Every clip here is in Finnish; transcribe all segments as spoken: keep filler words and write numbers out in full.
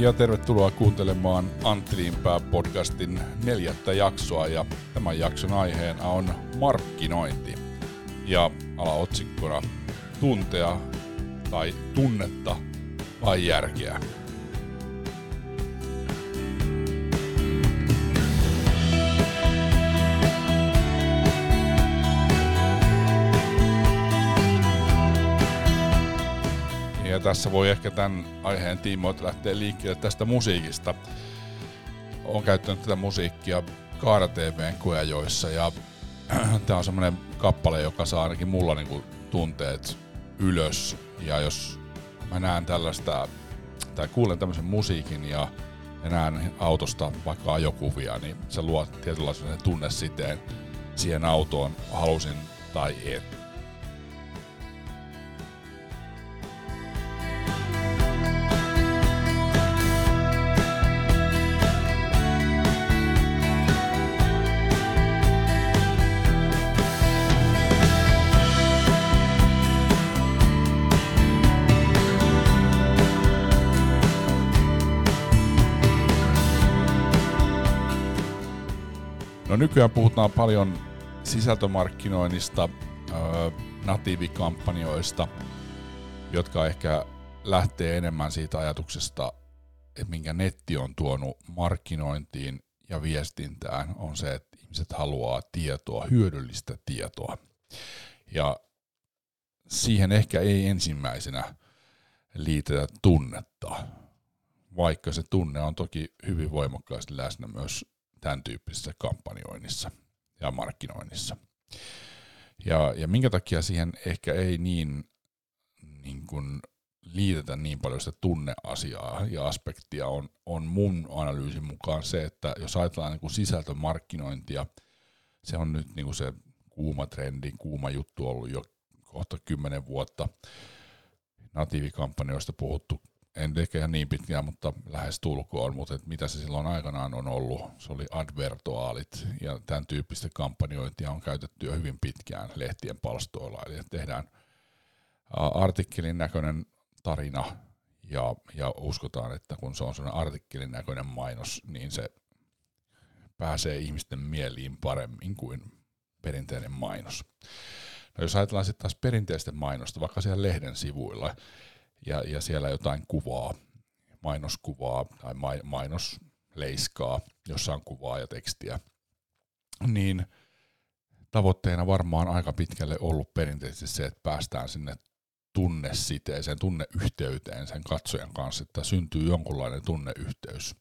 Ja tervetuloa kuuntelemaan Antti Liimpää podcastin neljättä jaksoa, ja tämän jakson aiheena on markkinointi. Ja alaotsikkona tuntea tai tunnetta vai järkeä. Ja tässä voi ehkä tämän aiheen tiimoilta lähteä liikkeelle tästä musiikista. Olen käyttänyt tätä musiikkia Kaara T V:n koeajoissa, ja tämä on semmoinen kappale, joka saa ainakin mulla niinku tunteet ylös. Ja jos mä näen tällaista, tai kuulen tämmöisen musiikin ja, ja näen autosta vaikka ajokuvia, niin se luo tietynlaisen tunnesiteen siihen autoon, halusin tai et. No nykyään puhutaan paljon sisältömarkkinoinnista, öö, natiivikampanjoista, jotka ehkä lähtee enemmän siitä ajatuksesta, että minkä netti on tuonut markkinointiin ja viestintään, on se, että ihmiset haluaa tietoa, hyödyllistä tietoa. Ja siihen ehkä ei ensimmäisenä liitetä tunnetta, vaikka se tunne on toki hyvin voimakkaasti läsnä myös tämän tyyppisessä kampanjoinnissa ja markkinoinnissa. Ja, ja minkä takia siihen ehkä ei niin, niin kuin liitetä niin paljon sitä tunneasiaa ja aspektia on, on mun analyysin mukaan se, että jos ajatellaan niin kuin sisältömarkkinointia, se on nyt niin kuin se kuuma trendi, kuuma juttu ollut jo kohta kymmenen vuotta. Natiivikampanjoista puhuttu, en ehkä ihan niin pitkään, mutta lähes tulkoon, mutta et mitä se silloin aikanaan on ollut, se oli advertuaalit, ja tämän tyyppistä kampanjointia on käytetty jo hyvin pitkään lehtien palstoilla, eli tehdään artikkelin näköinen tarina, ja, ja uskotaan, että kun se on sellainen artikkelin näköinen mainos, niin se pääsee ihmisten mieliin paremmin kuin perinteinen mainos. No jos ajatellaan sitten taas perinteisten mainosta, vaikka siellä lehden sivuilla, Ja, ja siellä jotain kuvaa, mainoskuvaa tai mainosleiskaa, jossa on kuvaa ja tekstiä, niin tavoitteena varmaan aika pitkälle ollut perinteisesti se, että päästään sinne tunnesiteeseen, tunneyhteyteen sen katsojan kanssa, että syntyy jonkunlainen tunneyhteys.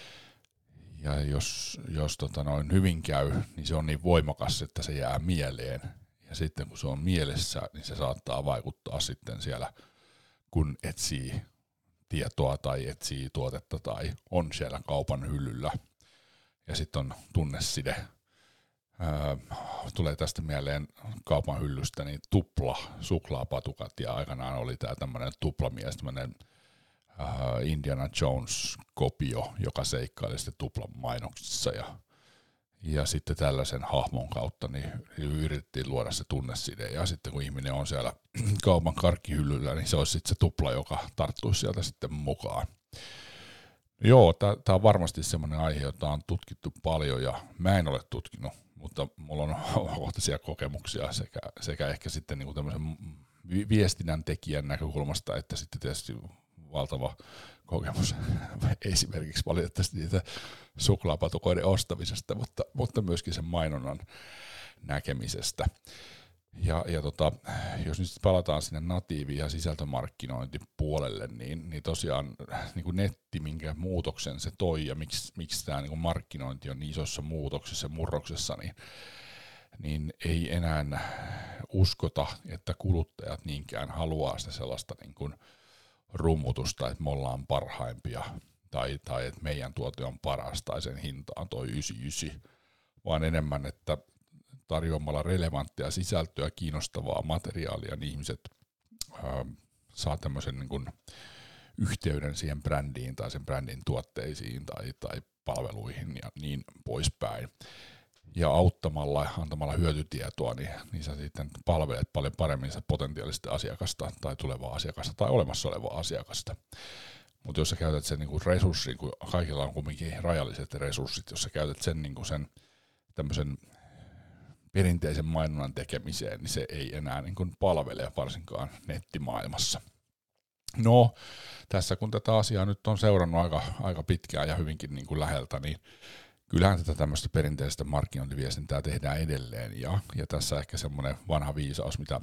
Ja jos, jos tota noin hyvin käy, niin se on niin voimakas, että se jää mieleen. Ja sitten kun se on mielessä, niin se saattaa vaikuttaa sitten siellä, kun etsii tietoa tai etsii tuotetta tai on siellä kaupan hyllyllä. Ja sitten on tunneside. Öö, tulee tästä mieleen kaupan hyllystä niin tupla suklaapatukat, ja aikanaan oli tämä tämmöinen tuplamies, tämmöinen öö, Indiana Jones-kopio, joka seikkaili sitten tuplan mainoksissa. Ja, ja sitten tällaisen hahmon kautta niin yritettiin luoda se tunneside, ja sitten kun ihminen on siellä kaupan karkkihyllyllä, niin se olisi sitten se tupla, joka tarttuisi sieltä sitten mukaan. Joo, tämä on varmasti semmoinen aihe, jota on tutkittu paljon, ja mä en ole tutkinut, mutta mulla on omakohtaisia kokemuksia sekä, sekä ehkä sitten niinku tämmöisen viestinnän tekijän näkökulmasta, että sitten tietysti valtava kokemus esimerkiksi valitettavasti niitä suklaapatukoiden ostamisesta, mutta, mutta myöskin sen mainonnan näkemisestä. Ja, ja tota, jos nyt palataan sinne natiivi- ja sisältömarkkinointipuolelle, niin, niin tosiaan niin kuin netti, minkä muutoksen se toi ja miksi, miksi tämä niin kuin markkinointi on niin isossa muutoksessa ja murroksessa, niin, niin ei enää uskota, että kuluttajat niinkään haluaa sitä sellaista niin kuin rummutusta, että me ollaan parhaimpia tai, tai että meidän tuote on paras tai sen hinta on toi yhdeksänkymmentäyhdeksän, vaan enemmän, että tarjoamalla relevanttia sisältöä, kiinnostavaa materiaalia, niin ihmiset ää, saa tämmöisen niin kuin yhteyden siihen brändiin tai sen brändin tuotteisiin tai, tai palveluihin ja niin poispäin. Ja auttamalla, antamalla hyötytietoa, niin, niin sä sitten palvelet paljon paremmin sitä potentiaalista asiakasta tai tulevaa asiakasta tai olemassa olevaa asiakasta. Mutta jos sä käytät sen niinku resurssin, kun kaikilla on kuitenkin rajalliset resurssit, jos sä käytät sen, niinku sen tämmöisen perinteisen mainonnan tekemiseen, niin se ei enää niinku palvele varsinkaan nettimaailmassa. No, tässä kun tätä asiaa nyt on seurannut aika, aika pitkään ja hyvinkin niin kuin läheltä, niin kyllähän tätä tämmöistä perinteistä markkinointiviestintää tehdään edelleen. Ja, ja tässä ehkä semmoinen vanha viisaus, mitä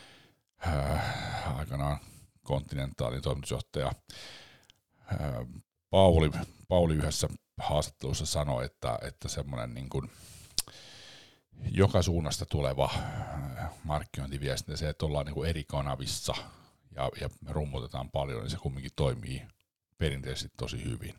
ää, aikanaan Continentalin toimitusjohtaja ää, Pauli, Pauli yhdessä haastattelussa sanoi, että, että semmoinen niin kuin joka suunnasta tuleva markkinointiviestintä, se, että ollaan niin kuin eri kanavissa, Ja, ja me rummutetaan paljon, niin se kumminkin toimii perinteisesti tosi hyvin.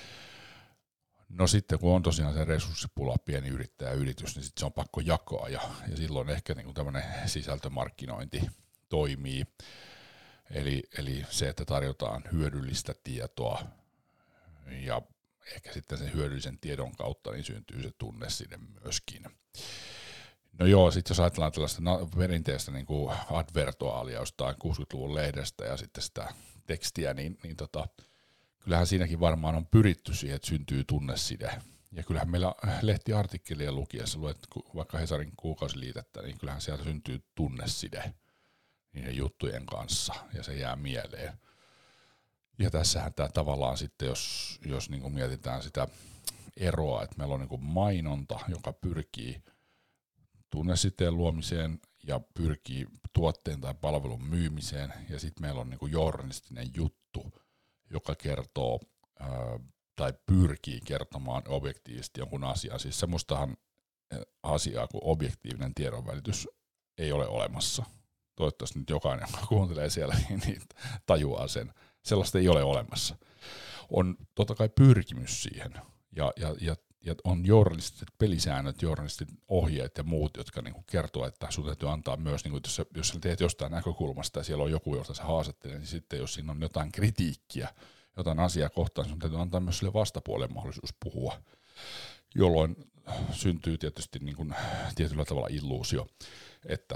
No sitten kun on tosiaan se resurssipula, pieni yrittäjäyritys, niin sitten se on pakko jakaa ja, ja silloin ehkä niin kuin tämmöinen sisältömarkkinointi toimii. Eli, eli se, että tarjotaan hyödyllistä tietoa ja ehkä sitten sen hyödyllisen tiedon kautta niin syntyy se tunne sinne myöskin. No joo, sitten jos ajatellaan tällaista perinteistä niin kuin advertuaalia jostain kuusikymmentäluvun lehdestä ja sitten sitä tekstiä, niin, niin tota, kyllähän siinäkin varmaan on pyritty siihen, että syntyy tunneside. Ja kyllähän meillä lehtiartikkelien lukiessa, luet vaikka Hesarin kuukausiliitettä, niin kyllähän siellä syntyy tunneside niiden juttujen kanssa ja se jää mieleen. Ja tässähän tämä tavallaan sitten, jos, jos niin kuin mietitään sitä eroa, että meillä on niin kuin mainonta, joka pyrkii tunnesiteen luomiseen ja pyrkii tuotteen tai palvelun myymiseen, ja sitten meillä on niinku journalistinen juttu, joka kertoo ää, tai pyrkii kertomaan objektiivisesti jonkun asian. Siis semmoistahan asiaa kuin objektiivinen tiedonvälitys ei ole olemassa. Toivottavasti nyt jokainen, joka kuuntelee siellä, niin tajuaa sen. Sellaista ei ole olemassa. On totta kai pyrkimys siihen, ja, ja, ja Ja on journalistiset pelisäännöt, journalistit ohjeet ja muut, jotka niinku kertoo, että sun täytyy antaa myös, niinku, jos, sä, jos sä teet jostain näkökulmasta ja siellä on joku, jota sä haastattelet, niin sitten jos siinä on jotain kritiikkiä, jotain asiaa kohtaan, sun täytyy antaa myös sille vastapuolelle mahdollisuus puhua, jolloin syntyy tietysti niinku tietyllä tavalla illuusio, että,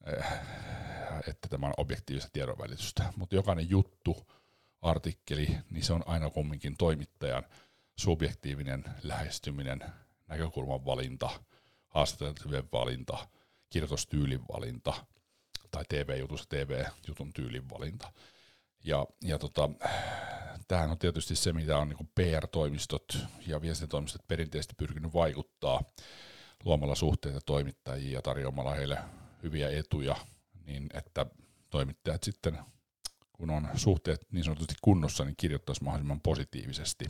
että tämä on objektiivista tiedonvälitystä. Mutta jokainen juttu, artikkeli, niin se on aina kumminkin toimittajan subjektiivinen lähestyminen, näkökulman valinta, haastateltavien valinta, kirjoitustyylin valinta tai T V-jutussa T V-jutun tyylin valinta. Ja, ja tota, tämähän on tietysti se, mitä on niin P R-toimistot ja viestintätoimistot perinteisesti pyrkinyt vaikuttaa luomalla suhteita toimittajiin ja tarjoamalla heille hyviä etuja, niin että toimittajat sitten, kun on suhteet niin sanotusti kunnossa, niin kirjoittaisi mahdollisimman positiivisesti.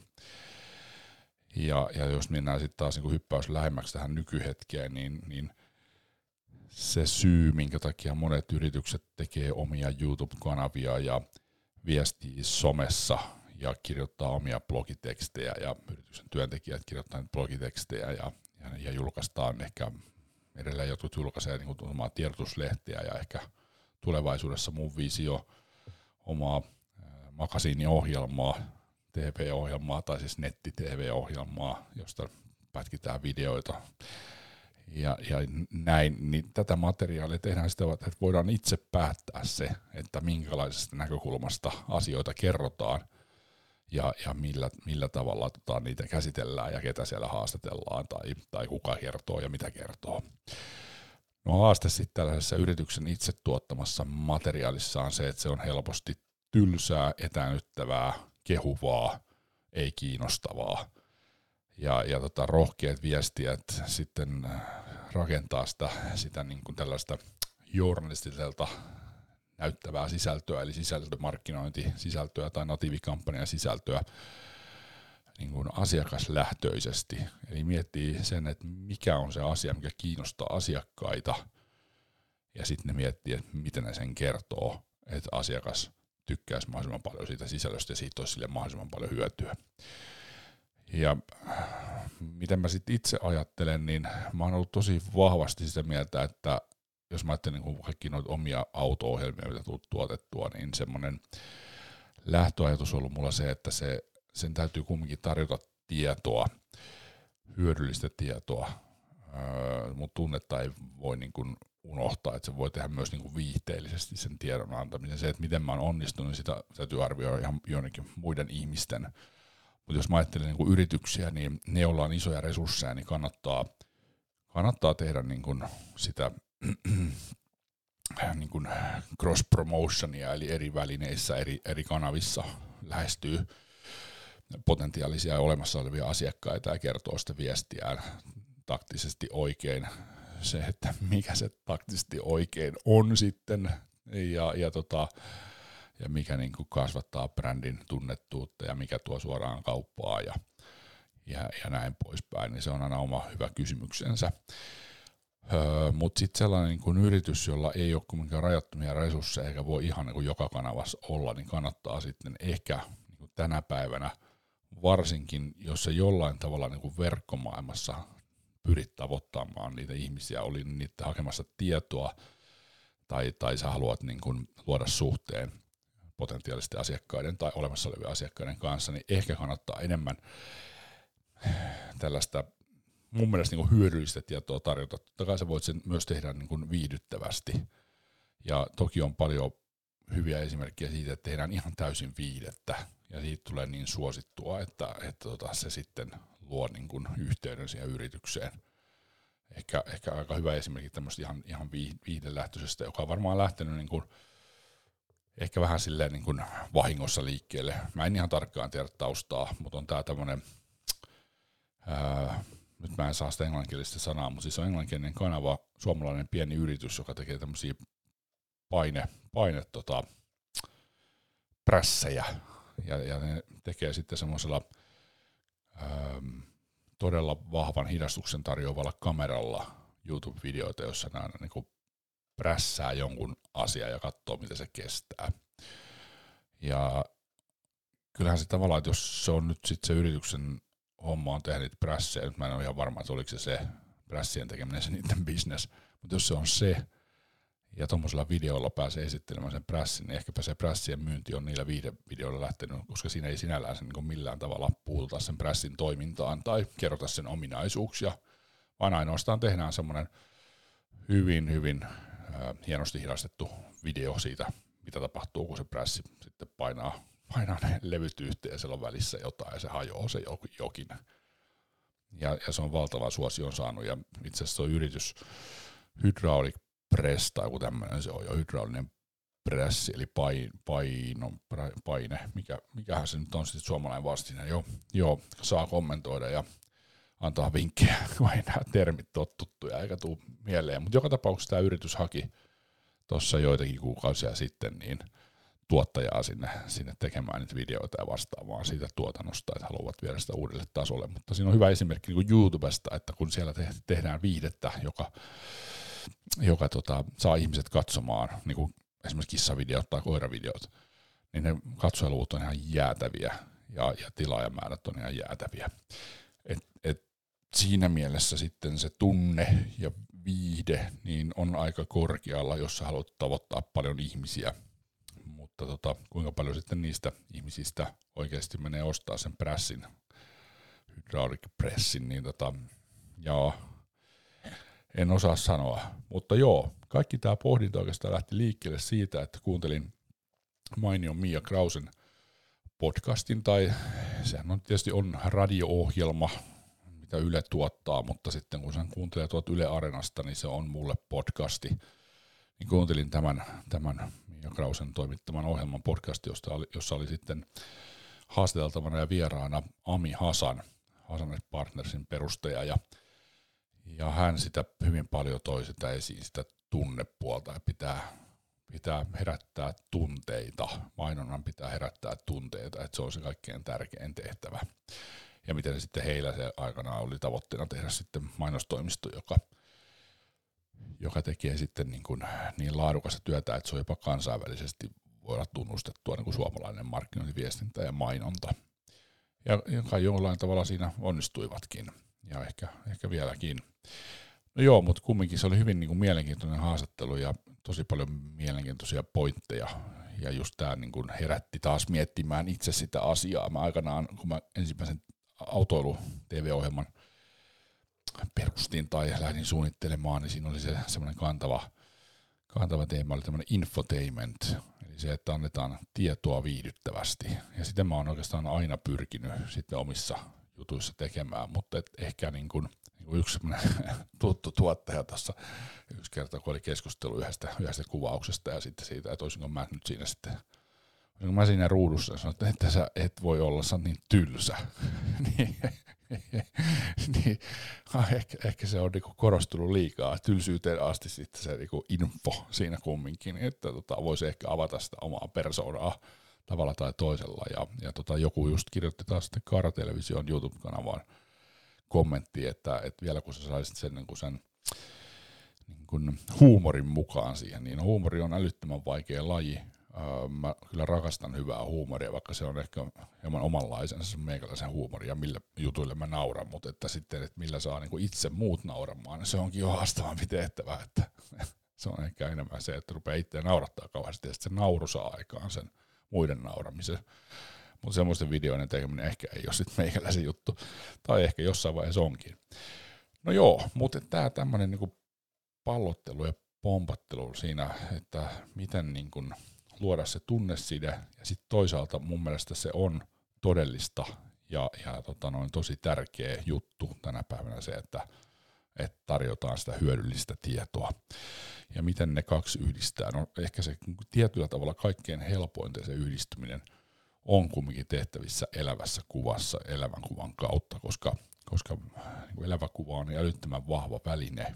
Ja, ja jos mennään sitten taas niin hyppäys lähemmäksi tähän nykyhetkeen, niin, niin se syy, minkä takia monet yritykset tekee omia YouTube-kanavia ja viestii somessa ja kirjoittaa omia blogitekstejä ja yrityksen työntekijät kirjoittaa blogitekstejä ja, ja, ja julkaistaan ehkä edelleen jotkut julkaisee niin kuin omaa tiedotuslehteä ja ehkä tulevaisuudessa mun visio omaa makasiiniohjelmaa, T V-ohjelmaa tai siis netti-T V-ohjelmaa, josta pätkitään videoita ja, ja näin, niin tätä materiaalia tehdään sitä, että voidaan itse päättää se, että minkälaisesta näkökulmasta asioita kerrotaan ja, ja millä, millä tavalla tota, niitä käsitellään ja ketä siellä haastatellaan tai, tai kuka kertoo ja mitä kertoo. No haaste sitten tällaisessa yrityksen itse tuottamassa materiaalissa on se, että se on helposti tylsää, etänyttävää, kehuvaa, ei kiinnostavaa. Ja, ja tota, rohkeat viestijät sitten rakentaa sitä, sitä niin kuin tällaista journalistiselta näyttävää sisältöä, eli sisältömarkkinointi, sisältöä tai natiivikampanjan sisältöä niin kuin asiakaslähtöisesti. Eli miettii sen, että mikä on se asia, mikä kiinnostaa asiakkaita, ja sitten ne miettii, että miten ne sen kertoo, että asiakas tykkäisi mahdollisimman paljon siitä sisällöstä ja siitä olisi sille mahdollisimman paljon hyötyä. Ja miten mä sitten itse ajattelen, niin mä oon ollut tosi vahvasti sitä mieltä, että jos mä ajattelen niin kaikki noita omia auto-ohjelmia, mitä tullut tuotettua, niin semmoinen lähtöajatus on ollut mulla se, että se, sen täytyy kumminkin tarjota tietoa, hyödyllistä tietoa, öö, mutta tunnetta ei voi niin kuin unohtaa, että se voi tehdä myös niin kuin viihteellisesti sen tiedon antamisen. Se, että miten mä oon onnistunut, niin sitä täytyy arvioida ihan jonnekin muiden ihmisten. Mutta jos mä ajattelen niin kuin yrityksiä, niin ne, joilla on isoja resursseja, niin kannattaa, kannattaa tehdä niin kuin sitä niin kuin cross-promotionia, eli eri välineissä, eri, eri kanavissa lähestyy potentiaalisia ja olemassa olevia asiakkaita ja kertoo sitä viestiään taktisesti oikein. Se, että mikä se taktisesti oikein on sitten ja, ja, tota, ja mikä niin kuin kasvattaa brändin tunnettuutta ja mikä tuo suoraan kauppaa ja, ja, ja näin poispäin, niin se on aina oma hyvä kysymyksensä. Öö, Mutta sitten sellainen niin kuin yritys, jolla ei ole kuitenkaan rajattomia resursseja eikä voi ihan niin kuin joka kanavassa olla, niin kannattaa sitten ehkä niin kuin tänä päivänä, varsinkin jos se jollain tavalla niin kuin verkkomaailmassa pyrit tavoittamaan niitä ihmisiä, oli niitä hakemassa tietoa tai, tai sä haluat niin kuin luoda suhteen potentiaalisten asiakkaiden tai olemassa olevien asiakkaiden kanssa, niin ehkä kannattaa enemmän tällaista mun mielestä niin kuin hyödyllistä tietoa tarjota. Totta kai sä voit sen myös tehdä niin kuin viihdyttävästi. Ja toki on paljon hyviä esimerkkejä siitä, että tehdään ihan täysin viihdettä. Ja siitä tulee niin suosittua, että, että tota, se sitten luo niin kuin yhteyden siihen yritykseen. Ehkä, ehkä aika hyvä esimerkki tämmöistä ihan, ihan viihdelähtöisestä, joka on varmaan lähtenyt niin kuin ehkä vähän silleen niin kuin vahingossa liikkeelle. Mä en ihan tarkkaan tiedä taustaa, mutta on tää tämmönen ää, nyt mä en saa sitä englanninkielistä sanaa, mutta siis on englanninkielinen kanava, suomalainen pieni yritys, joka tekee tämmöisiä paine, paine tota, prässejä, ja, ja ne tekee sitten semmoisella ähm, todella vahvan hidastuksen tarjoavalla kameralla YouTube-videoita, jossa nämä niin prässää jonkun asian ja katsoo, miten se kestää. Ja kyllähän se tavallaan, että jos se on nyt sitten se yrityksen homma on tehdä niitä prässejä, nyt mä en ole ihan varma, että oliko se se prässien tekeminen se niiden business, mutta jos se on se, ja tuommoisella videolla pääsee esittelemään sen prässin, niin ehkäpä se prässien myynti on niillä viihdevideoilla lähtenyt, koska siinä ei sinällään se niin millään tavalla puututa sen prässin toimintaan tai kerrota sen ominaisuuksia, vaan ainoastaan tehdään semmoinen hyvin, hyvin äh, hienosti hidastettu video siitä, mitä tapahtuu, kun se prässi sitten painaa painaa ne levyt yhteen ja siellä on välissä jotain ja se hajoaa se jokin. Ja, ja se on valtava suosion saanut ja itse asiassa tuo yritys Hydraulic Press tai joku tämmöinen se on jo hydraulinen pressi eli pain, paino, paine, mikä, mikähän se nyt on sitten suomalainen vastine. Joo, joo, saa kommentoida ja antaa vinkkejä, kun ei nämä termit ole tuttuja eikä tule mieleen. Mutta joka tapauksessa tämä yritys haki tuossa joitakin kuukausia sitten niin tuottajaa sinne, sinne tekemään niitä videoita ja vastaamaan siitä tuotannosta, että haluavat viedä sitä uudelle tasolle. Mutta siinä on hyvä esimerkki niin kuin YouTubesta, että kun siellä te- tehdään viihdettä, joka, joka tota, saa ihmiset katsomaan, niin kuin esimerkiksi kissavideot tai koiravideot, niin ne katsojaluvut on ihan jäätäviä ja, ja tilaajamäärät on ihan jäätäviä. Et, et siinä mielessä sitten se tunne ja viihde niin on aika korkealla, jos sä haluat tavoittaa paljon ihmisiä. Mutta tota, kuinka paljon sitten niistä ihmisistä oikeasti menee ostaa sen pressin, hydraulic pressin, niin tota, joo, en osaa sanoa. Mutta joo, kaikki tämä pohdinta oikeastaan lähti liikkeelle siitä, että kuuntelin mainion Mia Krausen podcastin, tai sehän on tietysti on radio-ohjelma, mitä Yle tuottaa, mutta sitten kun sen kuuntelee tuolta Yle Areenasta, niin se on mulle podcasti. Niin kuuntelin tämän, tämän Mia Krausen toimittaman ohjelman podcasti, josta oli, jossa oli sitten haastateltavana ja vieraana Ami Hasan, Hasanet Partnersin perustaja, ja, ja hän sitä hyvin paljon toi sitä esiin, sitä tunnepuolta, ja pitää, pitää herättää tunteita, mainonnan pitää herättää tunteita, että se on se kaikkein tärkein tehtävä. Ja miten sitten heillä se aikanaan oli tavoitteena tehdä sitten mainostoimisto, joka joka tekee sitten niin, kuin niin laadukasta työtä, että se on jopa kansainvälisesti voi olla tunnustettua niin kuin suomalainen markkinointiviestintä ja mainonta. Ja joka jollain tavalla siinä onnistuivatkin, ja ehkä, ehkä vieläkin. No joo, mutta kumminkin se oli hyvin niin kuin mielenkiintoinen haastattelu ja tosi paljon mielenkiintoisia pointteja. Ja just tämä niin kuin herätti taas miettimään itse sitä asiaa. Mä aikanaan, kun mä ensimmäisen autoilu-T V-ohjelman perustin tai lähdin suunnittelemaan, niin siinä oli se semmoinen kantava, kantava teema, oli tämmöinen infotainment, eli se, että annetaan tietoa viihdyttävästi. Ja sitä mä oon oikeastaan aina pyrkinyt sitten omissa jutuissa tekemään, mutta et ehkä niin kuin, niin kuin yksi tuttu tuottaja tuossa yksi kerta, kun oli keskustelu yhdestä, yhdestä kuvauksesta ja sitten siitä, että olisinko mä nyt siinä sitten, olisinko mä siinä ruudussa ja sanoin, että, että sä et voi olla, sä oot niin tylsä. niin, niin ehkä, ehkä se on niinku korostunut liikaa tylsyyteen asti sitten se niinku info siinä kumminkin, että tota, voisi ehkä avata sitä omaa persoonaa tavalla tai toisella. Ja, ja tota, joku just kirjoitti taas sitten Kaara-television YouTube-kanavaan kommentti, että, että vielä kun sä saisit sen, niin kuin sen niin kuin huumorin mukaan siihen, niin huumori on älyttömän vaikea laji. Öö, mä kyllä rakastan hyvää huumoria, vaikka se on ehkä hieman omanlaisensa meikäläisen huumori ja millä jutuille mä nauran, mutta että sitten, että millä saa niin kuin itse muut nauramaan, niin se onkin jo haastavampi tehtävä, että se on ehkä enemmän se, että rupeaa itseä naurattaa kauheasti ja sitten se nauru saa aikaan sen muiden nauramisen. Mutta semmoisten videoiden tekeminen ehkä ei ole sitten meikäläisen juttu, tai ehkä jossain vaiheessa onkin. No joo, mutta tämä tämmöinen niinku pallottelu ja pompattelu siinä, että miten niinku luoda se tunneside, ja sitten toisaalta mun mielestä se on todellista ja, ja tota noin, tosi tärkeä juttu tänä päivänä se, että, että tarjotaan sitä hyödyllistä tietoa. Ja miten ne kaksi yhdistää, no ehkä se tietyllä tavalla kaikkein helpointa se yhdistyminen on kumminkin tehtävissä elävässä kuvassa, elävän kuvan kautta, koska, koska niin elävä kuva on älyttömän vahva väline,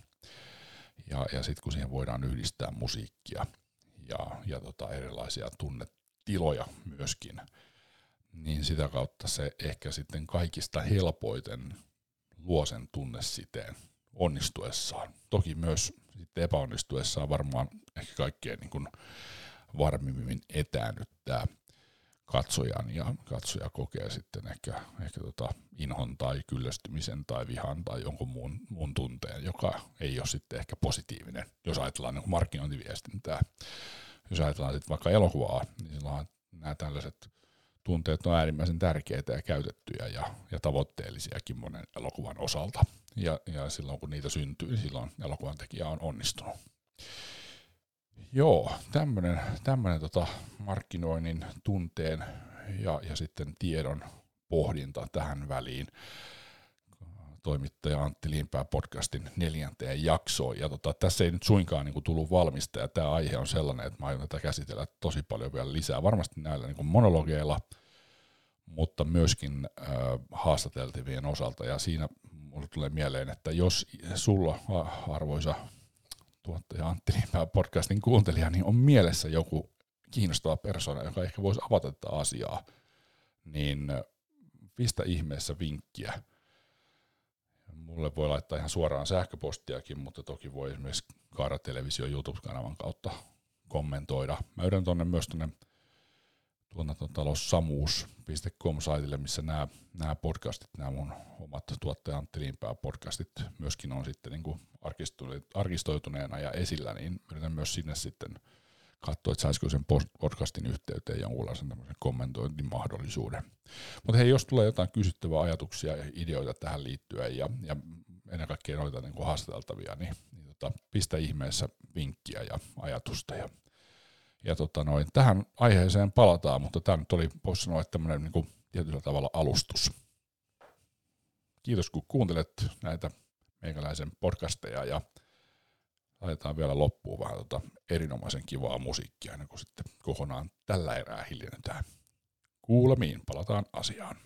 ja, ja sitten kun siihen voidaan yhdistää musiikkia ja, ja tota erilaisia tunnetiloja myöskin, niin sitä kautta se ehkä sitten kaikista helpoiten luo sen tunnesiteen onnistuessaan. Toki myös sitten epäonnistuessaan varmaan ehkä kaikkein niin kuin varmimmin etäännyttää katsojan ja katsoja kokee sitten ehkä, ehkä tota inhon tai kyllästymisen tai vihan tai jonkun muun, muun tunteen, joka ei ole sitten ehkä positiivinen, jos ajatellaan niin markkinointiviestintää. Jos ajatellaan sitten vaikka elokuvaa, niin silloin nämä tällaiset tunteet on äärimmäisen tärkeitä ja käytettyjä ja, ja tavoitteellisiakin monen elokuvan osalta. Ja, ja silloin kun niitä syntyy, niin silloin elokuvan tekijä on onnistunut. Joo, tämmöinen, tämmöinen tota markkinoinnin, tunteen ja, ja sitten tiedon pohdinta tähän väliin. Toimittaja Antti Liinpää podcastin neljänteen jaksoon. Ja tota, tässä ei nyt suinkaan niin tullut valmista, ja tämä aihe on sellainen, että mä aion tätä käsitellä tosi paljon vielä lisää. Varmasti näillä niin monologeilla, mutta myöskin äh, haastateltavien osalta. Ja siinä mulle tulee mieleen, että jos sulla, arvoisa tuottaja Antti Liinpää podcastin kuuntelija, niin on mielessä joku kiinnostava persona, joka ehkä voisi avata tätä asiaa, niin pistä ihmeessä vinkkiä. Mulle voi laittaa ihan suoraan sähköpostiakin, mutta toki voi esimerkiksi Kaara-television YouTube-kanavan kautta kommentoida. Mä yritän tuonne myös tuonne tuotantotalossamuus piste com-saitille, missä nämä, nämä podcastit, nämä mun omat tuottaja Antti Liinpää podcastit myöskin on sitten niin kuin arkistoituneena ja esillä, niin yritän myös sinne sitten katsoa, että saisiko sen podcastin yhteyteen jonkunlaisen tämmöisen kommentointimahdollisuuden. Mutta hei, jos tulee jotain kysyttävää ajatuksia ja ideoita tähän liittyen ja, ja ennen kaikkea noita niin kuin haastateltavia, niin, niin tota, pistä ihmeessä vinkkiä ja ajatusta. Ja, ja tota noin, tähän aiheeseen palataan, mutta tämä nyt oli, voisi sanoa, että tämmöinen niin kuin tietyllä tavalla alustus. Kiitos kun kuuntelet näitä meikäläisen podcasteja ja laitetaan vielä loppuun vähän tota erinomaisen kivaa musiikkia ennen kuin sitten kokonaan tällä erää hiljennytään. Kuulemiin, palataan asiaan.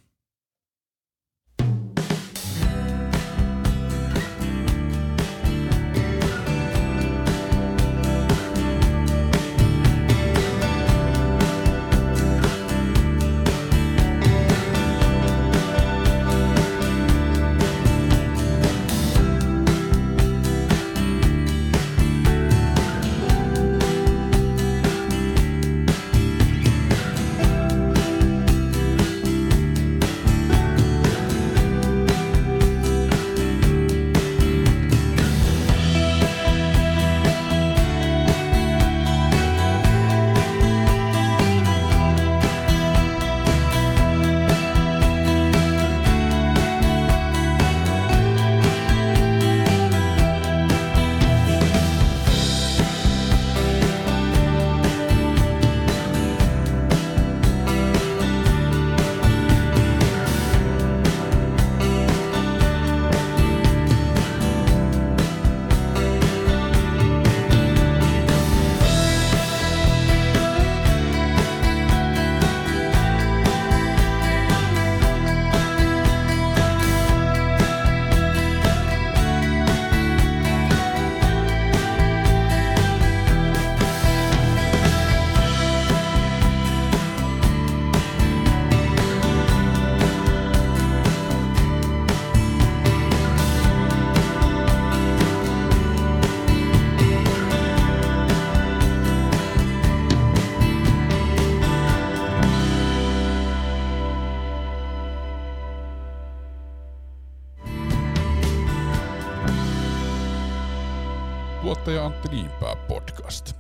Tuottaja Antti Niinpää podcast.